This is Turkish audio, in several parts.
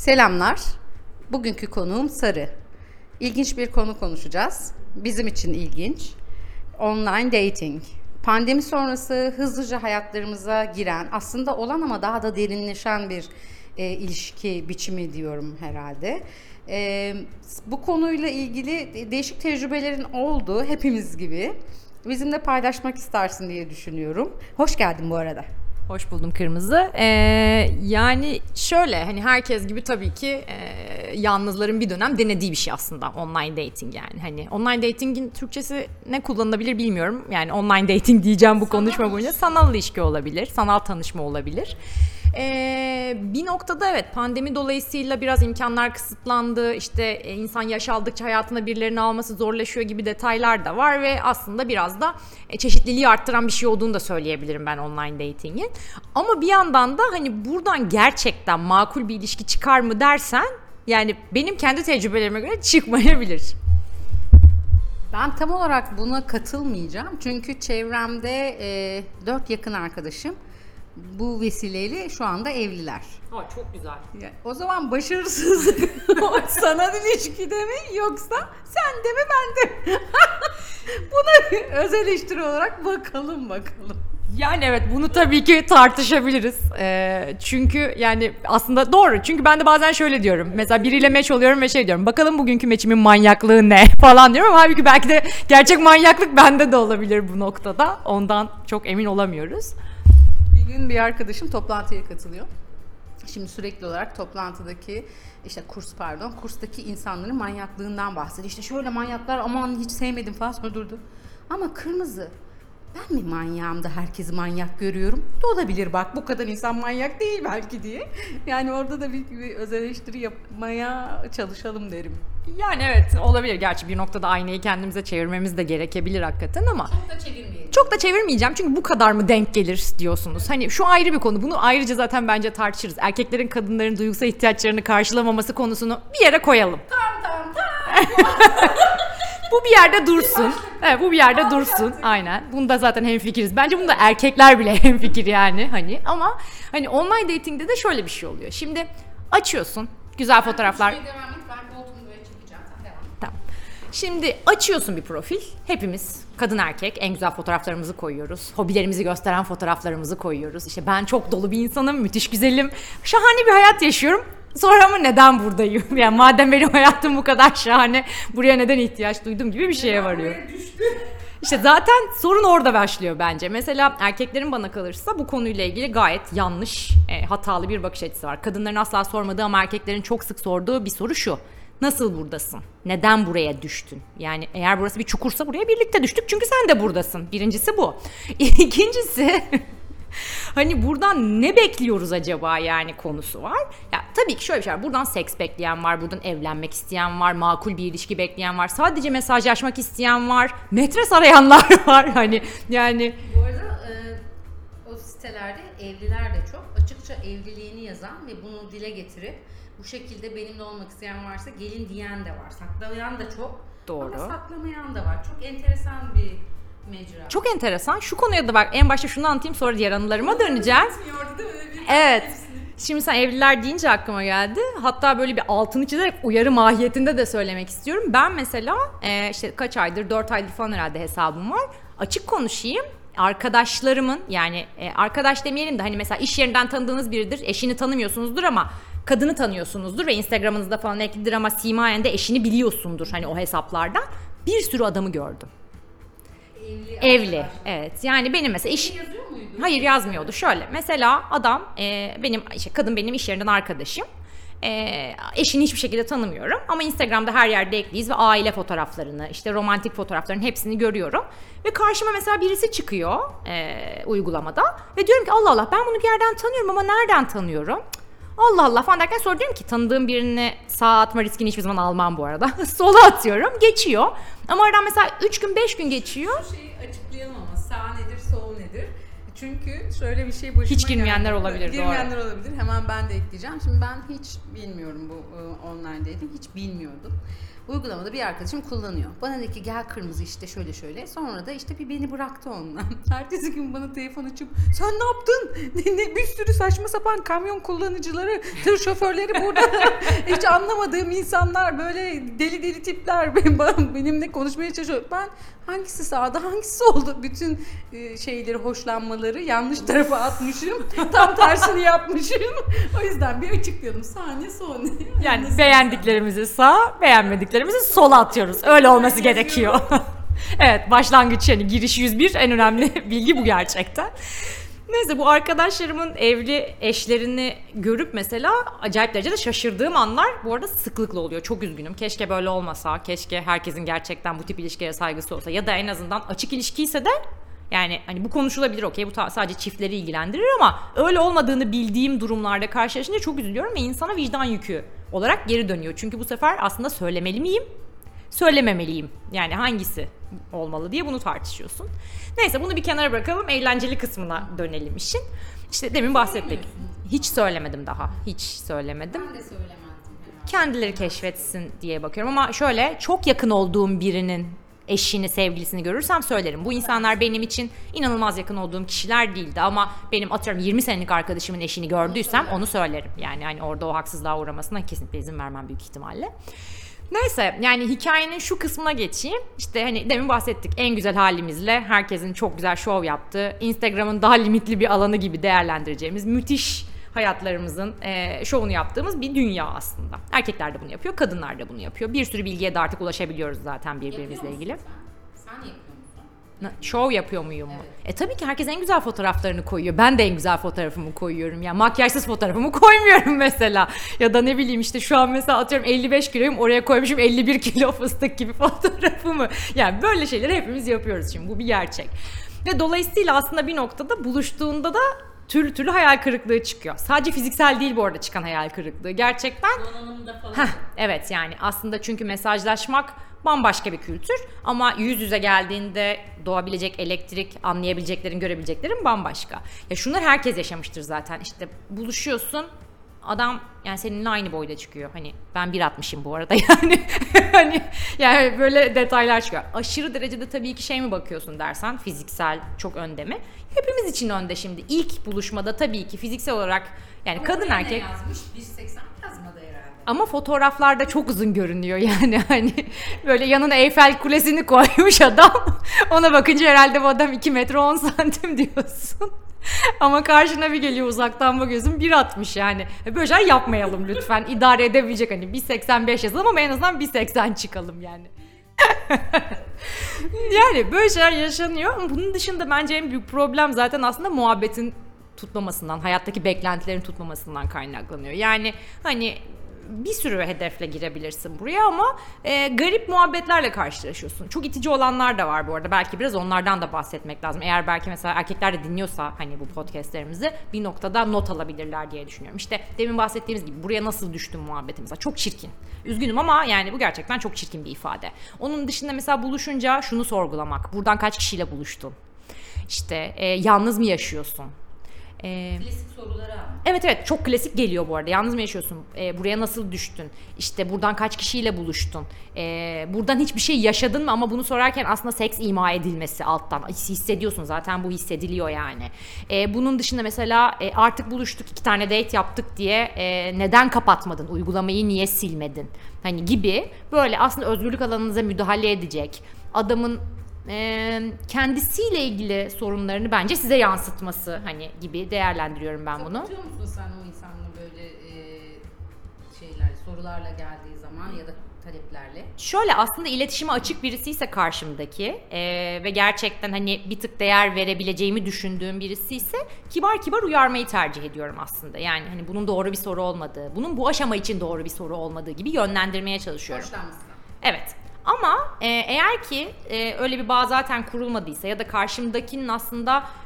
Selamlar. Bugünkü konuğum Sarı. İlginç bir konu konuşacağız. Bizim için ilginç. Online dating. Pandemi sonrası hızlıca hayatlarımıza giren, aslında olan ama daha da derinleşen bir ilişki biçimi diyorum herhalde. Bu konuyla ilgili değişik tecrübelerin oldu hepimiz gibi. Bizimle paylaşmak istersin diye düşünüyorum. Hoş geldin bu arada. Hoş buldum Kırmızı. Yani şöyle hani herkes gibi tabii ki yalnızların bir dönem denediği bir şey aslında online dating yani. Hani online datingin Türkçesi ne kullanılabilir bilmiyorum. Yani online dating diyeceğim bu konuşma boyunca. Sanal ilişki olabilir, sanal tanışma olabilir. Bir noktada evet pandemi dolayısıyla biraz imkanlar kısıtlandı. İşte insan yaş aldıkça hayatına birilerini alması zorlaşıyor gibi detaylar da var ve aslında biraz da çeşitliliği arttıran bir şey olduğunu da söyleyebilirim ben online datingin. Ama bir yandan da hani buradan gerçekten makul bir ilişki çıkar mı dersen yani benim kendi tecrübelerime göre çıkmayabilir. Ben tam olarak buna katılmayacağım. Çünkü çevremde 4 yakın arkadaşım bu vesileyle şu anda evliler. Çok güzel. O zaman başarısızlık sanal ilişkide mi yoksa sen de mi ben de mi? Buna öz eleştiri olarak bakalım. Yani evet bunu tabii ki tartışabiliriz. Çünkü yani aslında doğru. Çünkü ben de bazen şöyle diyorum. Mesela biriyle meç oluyorum ve şey diyorum. Bakalım bugünkü meçimin manyaklığı ne falan diyorum ama halbuki belki de gerçek manyaklık bende de olabilir bu noktada. Ondan çok emin olamıyoruz. Bir gün bir arkadaşım toplantıya katılıyor. Şimdi sürekli olarak toplantıdaki kurstaki insanların manyaklığından bahsediyor. İşte şöyle manyaklar aman hiç sevmedim falan, sonra durdu. Ama Kırmızı, ben mi manyağım da herkesi manyak görüyorum? Da olabilir bak, bu kadar insan manyak değil belki diye. Yani orada da bir öz eleştiri yapmaya çalışalım derim. Yani evet olabilir. Gerçi bir noktada aynayı kendimize çevirmemiz de gerekebilir hakikaten ama. Çok da çevirmeyelim. Çok da çevirmeyeceğim çünkü bu kadar mı denk gelir diyorsunuz. Hani şu ayrı bir konu. Bunu ayrıca zaten bence tartışırız. Erkeklerin kadınların duygusal ihtiyaçlarını karşılamaması konusunu bir yere koyalım. Tamam. Bu bir yerde dursun. Evet, bu bir yerde dursun. Aynen. Bunda zaten hemfikiriz. Bence bunda erkekler bile hemfikir yani hani. Ama hani online dating'de de şöyle bir şey oluyor. Şimdi açıyorsun. Güzel fotoğraflar. Ben koltuğumu böyle çekeceğim. Sen devam. Tamam. Şimdi açıyorsun bir profil. Hepimiz kadın erkek en güzel fotoğraflarımızı koyuyoruz. Hobilerimizi gösteren fotoğraflarımızı koyuyoruz. İşte ben çok dolu bir insanım, müthiş güzelim. Şahane bir hayat yaşıyorum. Sonra ama neden buradayım? Yani madem benim hayatım bu kadar şahane, buraya neden ihtiyaç duydum gibi bir şeye varıyor. İşte zaten sorun orada başlıyor bence. Mesela erkeklerin bana kalırsa bu konuyla ilgili gayet yanlış, hatalı bir bakış açısı var. Kadınların asla sormadığı ama erkeklerin çok sık sorduğu bir soru şu. Nasıl buradasın? Neden buraya düştün? Yani eğer burası bir çukursa buraya birlikte düştük çünkü sen de buradasın. Birincisi bu. İkincisi hani buradan ne bekliyoruz acaba yani konusu var. Ya tabii ki şöyle bir şey var. Buradan seks bekleyen var, buradan evlenmek isteyen var, makul bir ilişki bekleyen var, sadece mesajlaşmak isteyen var, metres arayanlar var hani yani. Bu arada o sitelerde evliler de çok. Açıkça evliliğini yazan ve bunu dile getirip bu şekilde benimle olmak isteyen varsa gelin diyen de var. Saklayan da çok. Doğru. Ama saklamayan da var. Çok enteresan bir mecra. Çok enteresan. Şu konuya da bak, en başta şunu anlatayım sonra diğer anılarıma döneceğim. Evet. Şimdi sen evliler deyince aklıma geldi. Hatta böyle bir altını çizerek uyarı mahiyetinde de söylemek istiyorum. Ben mesela işte kaç aydır, 4 aydır falan herhalde hesabım var. Açık konuşayım. Arkadaşlarımın yani arkadaş demeyelim de hani mesela iş yerinden tanıdığınız biridir. Eşini tanımıyorsunuzdur ama kadını tanıyorsunuzdur ve Instagram'ınızda falan eklidir ama simayen de eşini biliyorsundur hani o hesaplardan. Bir sürü adamı gördüm. Evli. Evet. Yani benim mesela iş... Yazıyor muydu? Hayır yazmıyordu. Şöyle. Mesela adam kadın benim iş yerinden arkadaşım. Eşini hiçbir şekilde tanımıyorum. Ama Instagram'da her yerde ekliyiz ve aile fotoğraflarını, işte romantik fotoğrafların hepsini görüyorum. Ve karşıma mesela birisi çıkıyor uygulamada. Ve diyorum ki Allah Allah ben bunu bir yerden tanıyorum ama nereden tanıyorum? Allah Allah falan derken sonra diyorum ki tanıdığım birini sağa atma riskini hiçbir zaman almam bu arada. Sola atıyorum. Geçiyor. Ama aradan mesela 3 gün 5 gün geçiyor. Bu şeyi açıklayalım ama sağ nedir, sol nedir? Çünkü şöyle bir şey başıma hiç girmeyenler geldi. olabilir. Girmeyenler olabilir. Hemen ben de ekleyeceğim. Şimdi ben hiç bilmiyorum bu online dating. Hiç bilmiyordum. Uygulamada bir arkadaşım kullanıyor. Bana dedi ki gel kırmızı işte şöyle şöyle. Sonra da işte bir beni bıraktı onunla. Ertesi gün bana telefon açıp sen ne yaptın? Bir sürü saçma sapan kamyon kullanıcıları, tır şoförleri burada. Hiç anlamadığım insanlar, böyle deli deli tipler benimle konuşmaya çalışıyor. Ben hangisi sağda hangisi solda bütün şeyleri, hoşlanmaları yanlış tarafa atmışım. Tam tersini yapmışım. O yüzden bir açıklayalım. Sahne son. Yani beğendiklerimizi sağ, beğenmediklerimizi sola atıyoruz. Öyle olması gerekiyor. Evet, başlangıç, yani giriş 101, en önemli bilgi bu gerçekten. Neyse, bu arkadaşlarımın evli eşlerini görüp mesela acayip derecede şaşırdığım anlar bu arada sıklıkla oluyor. Çok üzgünüm. Keşke böyle olmasa. Keşke herkesin gerçekten bu tip ilişkiye saygısı olsa. Ya da en azından açık ilişkiyse de yani hani bu konuşulabilir, okey, bu sadece çiftleri ilgilendirir, ama öyle olmadığını bildiğim durumlarda karşılaşınca çok üzülüyorum ve insana vicdan yükü olarak geri dönüyor. Çünkü bu sefer aslında söylemeli miyim? Söylememeliyim. Yani hangisi olmalı diye bunu tartışıyorsun. Neyse, bunu bir kenara bırakalım. Eğlenceli kısmına dönelim işin. İşte demin bahsettik. Hiç söylemedim daha. Hiç söylemedim. Ben de söylemezdim herhalde. Kendileri keşfetsin diye bakıyorum, ama şöyle çok yakın olduğum birinin eşini, sevgilisini görürsem söylerim. Bu insanlar benim için inanılmaz yakın olduğum kişiler değildi, ama benim atıyorum 20 senelik arkadaşımın eşini gördüysem onu söylerim. Yani hani orada o haksızlığa uğramasına kesinlikle izin vermem büyük ihtimalle. Neyse, yani hikayenin şu kısmına geçeyim. İşte hani demin bahsettik, en güzel halimizle herkesin çok güzel şov yaptığı, Instagram'ın daha limitli bir alanı gibi değerlendireceğimiz müthiş hayatlarımızın şovunu yaptığımız bir dünya aslında. Erkekler de bunu yapıyor, kadınlar da bunu yapıyor. Bir sürü bilgiye de artık ulaşabiliyoruz zaten birbirimizle ilgili. Sen yapıyor musun? Şov yapıyor muyum mu? Tabii ki herkes en güzel fotoğraflarını koyuyor. Ben de en güzel fotoğrafımı koyuyorum. Yani makyajsız fotoğrafımı koymuyorum mesela. Ya da ne bileyim, işte şu an mesela atıyorum 55 kiloyum, oraya koymuşum 51 kilo fıstık gibi fotoğrafımı. Yani böyle şeyleri hepimiz yapıyoruz şimdi. Bu bir gerçek. Ve dolayısıyla aslında bir noktada buluştuğunda da türlü türlü hayal kırıklığı çıkıyor. Sadece fiziksel değil bu arada çıkan hayal kırıklığı. Gerçekten. Donanımda falan. Evet, yani aslında çünkü mesajlaşmak bambaşka bir kültür, ama yüz yüze geldiğinde doğabilecek elektrik, anlayabileceklerin, görebileceklerin bambaşka. Ya şunlar herkes yaşamıştır zaten. İşte buluşuyorsun, adam yani seninle aynı boyda çıkıyor. Hani ben 1.60'ım bu arada yani. yani böyle detaylar çıkıyor. Aşırı derecede tabii ki şey mi bakıyorsun dersen, fiziksel çok önde mi? Hepimiz için önde şimdi. İlk buluşmada tabii ki fiziksel olarak, yani Ama kadın erkek. yazmış 1.80 yazmadı herhalde. Ama fotoğraflarda çok uzun görünüyor yani, hani böyle yanına Eyfel Kulesi'ni koymuş adam. Ona bakınca herhalde bu adam 2 metre 10 santim diyorsun. Ama karşına bir geliyor, uzaktan bakıyorsun 1.60 yani. Böyle şeyler yapmayalım lütfen. İdare edebilecek, hani 1.85 yazalım ama en azından 1.80 çıkalım yani. Yani böyle şeyler yaşanıyor, ama bunun dışında bence en büyük problem zaten aslında muhabbetin tutmamasından, hayattaki beklentilerin tutmamasından kaynaklanıyor. Yani hani bir sürü hedefle girebilirsin buraya, ama garip muhabbetlerle karşılaşıyorsun. Çok itici olanlar da var bu arada. Belki biraz onlardan da bahsetmek lazım. Eğer belki mesela erkekler de dinliyorsa hani bu podcastlerimizi, bir noktada not alabilirler diye düşünüyorum. İşte demin bahsettiğimiz gibi buraya nasıl düştüm muhabbetimize. Çok çirkin. Üzgünüm ama yani bu gerçekten çok çirkin bir ifade. Onun dışında mesela buluşunca şunu sorgulamak. Buradan kaç kişiyle buluştun? İşte yalnız mı yaşıyorsun? Klasik soruları ama. Evet, çok klasik geliyor bu arada. Yalnız mı yaşıyorsun? Buraya nasıl düştün? İşte buradan kaç kişiyle buluştun? Buradan hiçbir şey yaşadın mı? Ama bunu sorarken aslında seks ima edilmesi alttan. Hissediyorsun zaten, bu hissediliyor yani. Bunun dışında mesela artık buluştuk, 2 tane date yaptık diye neden kapatmadın? Uygulamayı niye silmedin? Hani gibi böyle aslında özgürlük alanınıza müdahale edecek, adamın kendisiyle ilgili sorunlarını bence size yansıtması hani gibi değerlendiriyorum ben bunu. Kapatıyor musun sen o insanla böyle şeyler, sorularla geldiği zaman ya da taleplerle? Şöyle, aslında iletişime açık birisi ise karşımdaki ve gerçekten hani bir tık değer verebileceğimi düşündüğüm birisi ise kibar kibar uyarmayı tercih ediyorum aslında. Yani hani bunun doğru bir soru olmadığı, bunun bu aşama için doğru bir soru olmadığı gibi yönlendirmeye çalışıyorum. Hoşlanmışsın. Evet. Ama eğer ki öyle bir bağ zaten kurulmadıysa ya da karşımdakinin aslında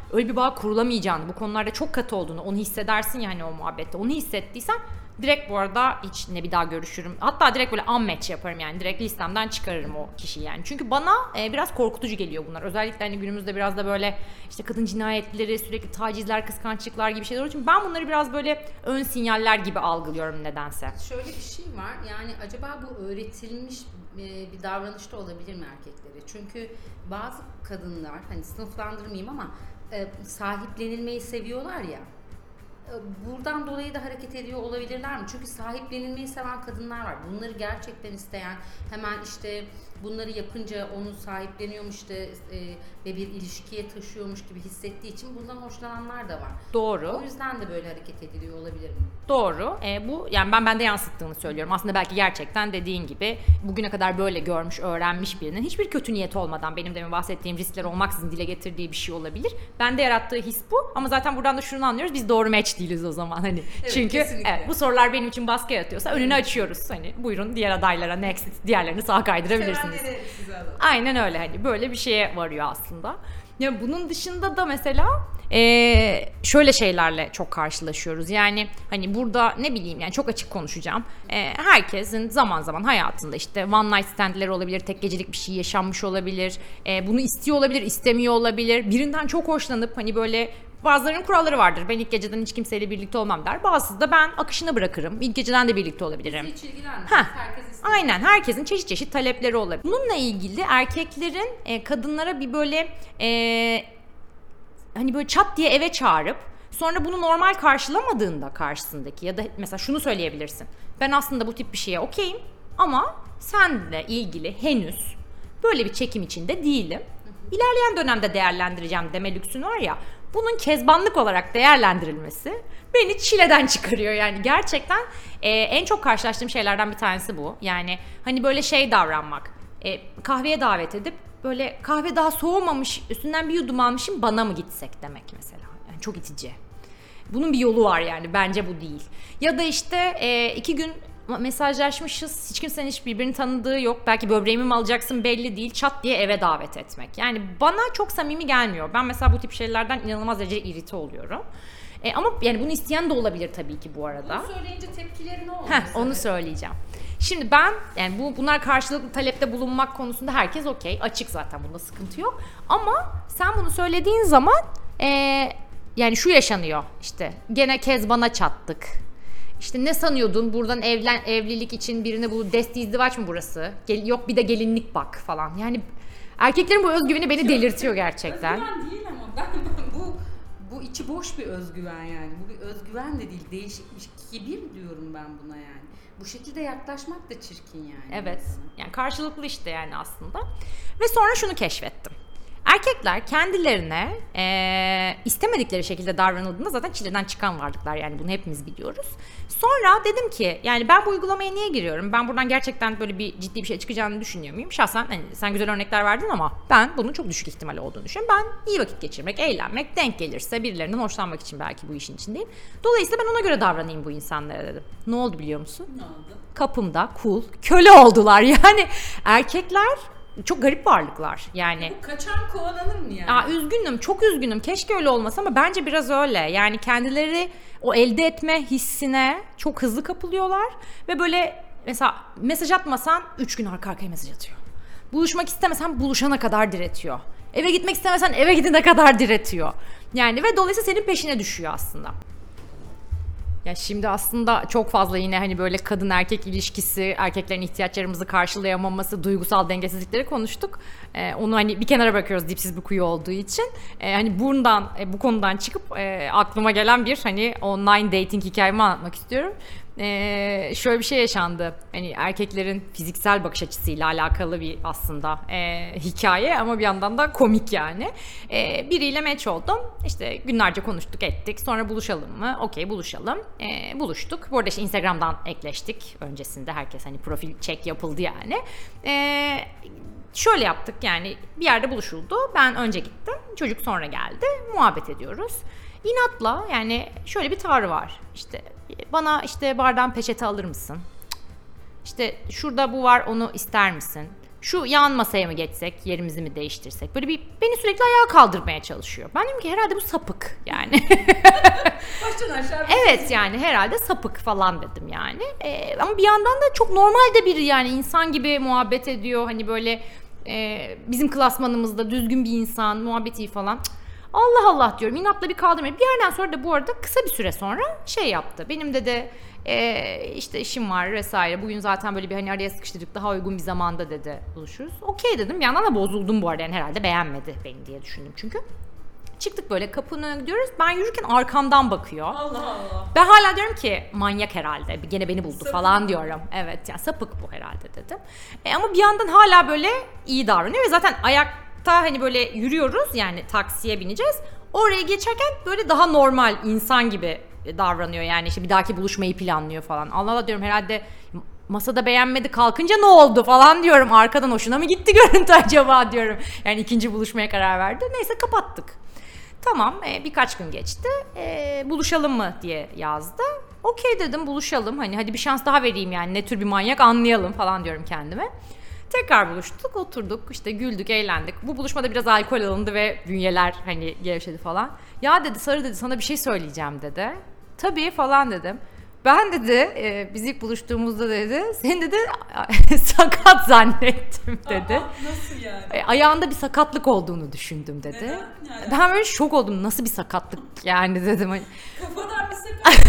öyle bir bağ kurulamayacağını, bu konularda çok katı olduğunu, onu hissedersin yani o muhabbette. Onu hissettiysen direkt bu arada hiç ne bir daha görüşürüm. Hatta direkt böyle unmatch yaparım yani. Direkt listemden çıkarırım o kişiyi yani. Çünkü bana biraz korkutucu geliyor bunlar. Özellikle hani günümüzde biraz da böyle işte kadın cinayetleri, sürekli tacizler, kıskançlıklar gibi şeyler olduğu için ben bunları biraz böyle ön sinyaller gibi algılıyorum nedense. Şöyle bir şey var, yani acaba bu öğretilmiş bir davranış da olabilir mi erkeklere? Çünkü bazı kadınlar, hani sınıflandırmayayım ama sahiplenilmeyi seviyorlar ya. Buradan dolayı da hareket ediyor olabilirler mi? Çünkü sahiplenilmeyi seven kadınlar var. Bunları gerçekten isteyen, hemen işte bunları yapınca onu sahipleniyormuş işte ve bir ilişkiye taşıyormuş gibi hissettiği için bundan hoşlananlar da var. Doğru. O yüzden de böyle hareket ediliyor olabilir mi? Doğru. Bu yani ben bende yansıttığını söylüyorum. Aslında belki gerçekten dediğin gibi bugüne kadar böyle görmüş, öğrenmiş birinin hiçbir kötü niyeti olmadan benim demin bahsettiğim riskler olmaksızın dile getirdiği bir şey olabilir. Bende yarattığı his bu. Ama zaten buradan da şunu anlıyoruz. Biz doğru match değiliz o zaman hani. Evet, çünkü kesinlikle. bu sorular benim için baskı yaratıyorsa önünü açıyoruz. Hani buyurun diğer adaylara next, diğerlerini sağa kaydırabilirsiniz. Sevenleri size alalım. Aynen öyle, hani böyle bir şeye varıyor aslında. Ya bunun dışında da mesela şöyle şeylerle çok karşılaşıyoruz. Yani hani burada ne bileyim yani çok açık konuşacağım. Herkesin zaman zaman hayatında işte one night stand'leri olabilir, tek gecelik bir şey yaşanmış olabilir. Bunu istiyor olabilir, istemiyor olabilir. Birinden çok hoşlanıp hani böyle bazılarının kuralları vardır. Ben ilk geceden hiç kimseyle birlikte olmam der. Bazısı da ben akışına bırakırım. İlk geceden de birlikte olabilirim. Hiç ilgilenmez. Heh, Herkes istiyor. Aynen, herkesin çeşit çeşit talepleri olabilir. Bununla ilgili erkeklerin kadınlara bir böyle hani böyle çat diye eve çağırıp sonra bunu normal karşılamadığında karşısındaki ya da mesela şunu söyleyebilirsin. Ben aslında bu tip bir şeye okeyim ama senle ilgili henüz böyle bir çekim içinde değilim. İlerleyen dönemde değerlendireceğim deme lüksün var ya, bunun kezbanlık olarak değerlendirilmesi beni çileden çıkarıyor yani gerçekten en çok karşılaştığım şeylerden bir tanesi bu. Yani hani böyle şey davranmak, kahveye davet edip böyle kahve daha soğumamış üstünden bir yudum almışım bana mı gitsek demek mesela, yani çok itici. Bunun bir yolu var yani, bence bu değil. Ya da işte 2 gün mesajlaşmışız, hiç kimsenin hiç birbirini tanıdığı yok, belki böbreğimi mi alacaksın belli değil, çat diye eve davet etmek. Yani bana çok samimi gelmiyor. Ben mesela bu tip şeylerden inanılmaz derecede irite oluyorum. Ama yani bunu isteyen de olabilir tabii ki bu arada. Bunu söyleyince tepkileri ne oldu? Onu söyleyeceğim. Şimdi ben yani bunlar karşılıklı talepte bulunmak konusunda herkes okey, açık zaten, bunda sıkıntı yok. Ama sen bunu söylediğin zaman yani şu yaşanıyor işte, gene Kezban'a çattık. İşte ne sanıyordun buradan evlilik için birini bul, desti izdivaç mı burası? Yok bir de gelinlik bak falan. Yani erkeklerin bu özgüveni beni delirtiyor gerçekten. Özgüven değil ama ben bu içi boş bir özgüven yani. Bu bir özgüven de değil, değişikmiş. Kibir diyorum ben buna yani. Bu şekilde yaklaşmak da çirkin yani. Evet. Yani karşılıklı işte yani aslında. Ve sonra şunu keşfettim. Erkekler kendilerine istemedikleri şekilde davranıldığında zaten çileden çıkan varlıklar, yani bunu hepimiz biliyoruz. Sonra dedim ki yani ben bu uygulamaya niye giriyorum? Ben buradan gerçekten böyle bir ciddi bir şey çıkacağını düşünüyor muyum? Şahsen hani sen güzel örnekler verdin ama ben bunun çok düşük ihtimali olduğunu düşünüyorum. Ben iyi vakit geçirmek, eğlenmek, denk gelirse birilerinden hoşlanmak için belki bu işin içindeyim. Dolayısıyla ben ona göre davranayım bu insanlara dedim. Ne oldu biliyor musun? Ne oldu? Kapımda kul, köle oldular yani. Erkekler çok garip varlıklar yani. Bu kaçan kovalanır mı yani? Üzgünüm, çok üzgünüm. Keşke öyle olmasa ama bence biraz öyle. Yani kendileri o elde etme hissine çok hızlı kapılıyorlar ve böyle mesela mesaj atmasan 3 gün arka arkaya mesaj atıyor. Buluşmak istemesen buluşana kadar diretiyor. Eve gitmek istemesen eve gidene kadar diretiyor. Yani ve dolayısıyla senin peşine düşüyor aslında. Ya şimdi aslında çok fazla yine hani böyle kadın erkek ilişkisi, erkeklerin ihtiyaçlarımızı karşılayamaması, duygusal dengesizlikleri konuştuk. Onu hani bir kenara bırakıyoruz dipsiz bir kuyu olduğu için. Hani bundan bu konudan çıkıp aklıma gelen bir hani online dating hikayemi anlatmak istiyorum. Şöyle bir şey yaşandı. Hani erkeklerin fiziksel bakış açısıyla alakalı bir aslında hikaye ama bir yandan da komik yani. Biriyle match oldum. İşte günlerce konuştuk ettik. Sonra buluşalım mı? Okey, buluşalım. Buluştuk. Bu arada işte Instagram'dan ekleştik. Öncesinde herkes hani profil check yapıldı yani. Şöyle yaptık yani, bir yerde buluşuldu. Ben önce gittim. Çocuk sonra geldi. Muhabbet ediyoruz. İnatla yani şöyle bir tavrı var. İşte bana işte bardan peçete alır mısın? İşte şurada bu var, onu ister misin? Şu yan masaya mı geçsek, yerimizi mi değiştirsek? Böyle bir beni sürekli ayağa kaldırmaya çalışıyor. Ben dedim ki herhalde bu sapık yani. Baştan aşağı Evet yani herhalde sapık falan dedim yani. Ama bir yandan da çok normal de biri yani insan gibi muhabbet ediyor. Hani böyle bizim klasmanımızda düzgün bir insan, muhabbeti falan. Cık, Allah Allah diyorum, inatla bir kaldırmıyor. Bir yerden sonra da bu arada kısa bir süre sonra şey yaptı. Benim de işte işim var vesaire. Bugün zaten böyle bir hani araya sıkıştırdık, daha uygun bir zamanda dedi buluşuruz. Okey dedim. Bir yandan da bozuldum bu arada. Yani herhalde beğenmedi beni diye düşündüm çünkü. Çıktık böyle kapının önüne gidiyoruz. Ben yürürken arkamdan bakıyor. Allah Allah. Ben hala diyorum ki manyak herhalde. Gene beni buldu falan diyorum. Evet yani sapık bu herhalde dedim. Ama bir yandan hala böyle iyi davranıyor ve zaten ayakta hani böyle yürüyoruz yani taksiye bineceğiz. Oraya geçerken böyle daha normal insan gibi davranıyor yani işte bir dahaki buluşmayı planlıyor falan. Allah Allah diyorum herhalde masada beğenmedi, kalkınca ne oldu falan diyorum. Arkadan hoşuna mı gitti görüntü acaba diyorum. Yani ikinci buluşmaya karar verdi. Neyse kapattık. Tamam birkaç gün geçti. Buluşalım mı diye yazdı. Okey dedim, buluşalım. Hani hadi bir şans daha vereyim yani ne tür bir manyak anlayalım falan diyorum kendime. Tekrar buluştuk, oturduk, işte güldük, eğlendik. Bu buluşmada biraz alkol alındı ve bünyeler hani gevşedi falan. Ya dedi Sarı dedi sana bir şey söyleyeceğim dedi. Tabii falan dedim. Ben dedi biz ilk buluştuğumuzda dedi seni dedi sakat zannettim dedi. Aa, nasıl yani? Ayağında bir sakatlık olduğunu düşündüm dedi. Neden? Yani? Ben böyle şok oldum. Nasıl bir sakatlık yani dedim. Kafadan bir sakat.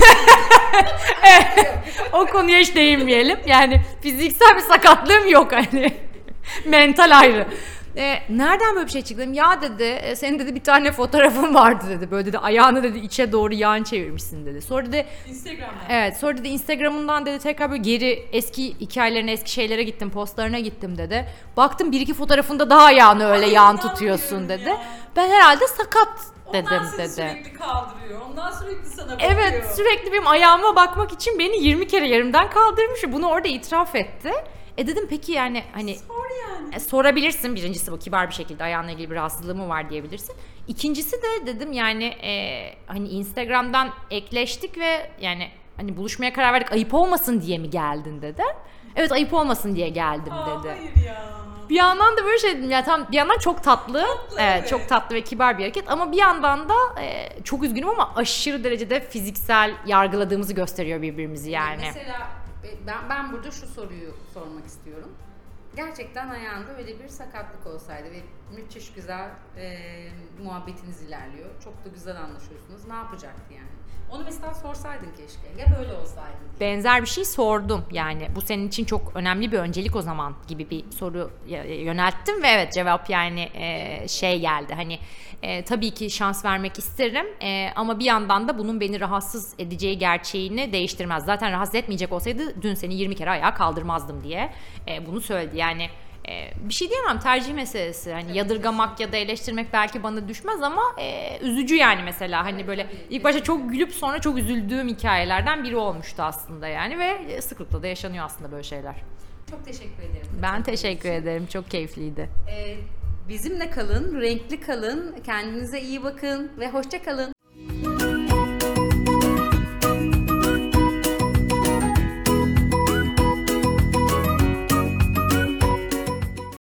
O konuya hiç değinmeyelim. Yani fiziksel bir sakatlığım yok hani. Mental ayrı. Nereden böyle bir şey çıktı? Ya dedi senin dedi bir tane fotoğrafın vardı dedi. Böyle dedi ayağını dedi içe doğru yan çevirmişsin dedi. Sonra dedi Instagram'da. evet sonra dedi Instagram'ından dedi tekrar böyle geri eski hikayelerine eski şeylere gittim, postlarına gittim dedi. Baktım bir iki fotoğrafında daha ayağını öyle yan tutuyorsun dedi. Ya. Ben herhalde sakat dedim Ondan seni dedi. sürekli kaldırıyor. Ondan sürekli sana bakıyor. Evet sürekli benim ayağıma bakmak için beni 20 kere yerimden kaldırmış ve bunu orada itiraf etti. Dedim peki yani hani Sor yani. sorabilirsin, birincisi bu kibar bir şekilde ayağınla ilgili bir rahatsızlığı mı var diyebilirsin. İkincisi de dedim yani hani Instagram'dan ekleştik ve yani hani buluşmaya karar verdik, ayıp olmasın diye mi geldin dedi. Evet ayıp olmasın diye geldim dedi. Hayır ya. Bir yandan da böyle şey dedim ya tam bir yandan çok tatlı. Evet, evet. çok tatlı ve kibar bir hareket ama bir yandan da çok üzgünüm ama aşırı derecede fiziksel yargıladığımızı gösteriyor birbirimizi yani. Mesela ben burada şu soruyu sormak istiyorum. Gerçekten ayağında öyle bir sakatlık olsaydı ve müthiş güzel muhabbetiniz ilerliyor. Çok da güzel anlaşıyorsunuz. Ne yapacaktı yani? Onu mesela sorsaydın keşke. Ya böyle olsaydı. Benzer bir şey sordum yani bu senin için çok önemli bir öncelik o zaman gibi bir soru yönelttim ve evet cevap yani şey geldi hani tabii ki şans vermek isterim ama bir yandan da bunun beni rahatsız edeceği gerçeğini değiştirmez. Zaten rahatsız etmeyecek olsaydı dün seni 20 kere ayağa kaldırmazdım diye bunu söyledi yani. Bir şey diyemem, tercih meselesi hani yadırgamak ya da eleştirmek belki bana düşmez ama üzücü yani mesela hani böyle ilk başta çok gülüp sonra çok üzüldüğüm hikayelerden biri olmuştu aslında yani ve sıklıkla da yaşanıyor aslında böyle şeyler. Çok teşekkür ederim. Ben teşekkür ederim, çok keyifliydi. Bizimle kalın, renkli kalın, kendinize iyi bakın ve hoşça kalın.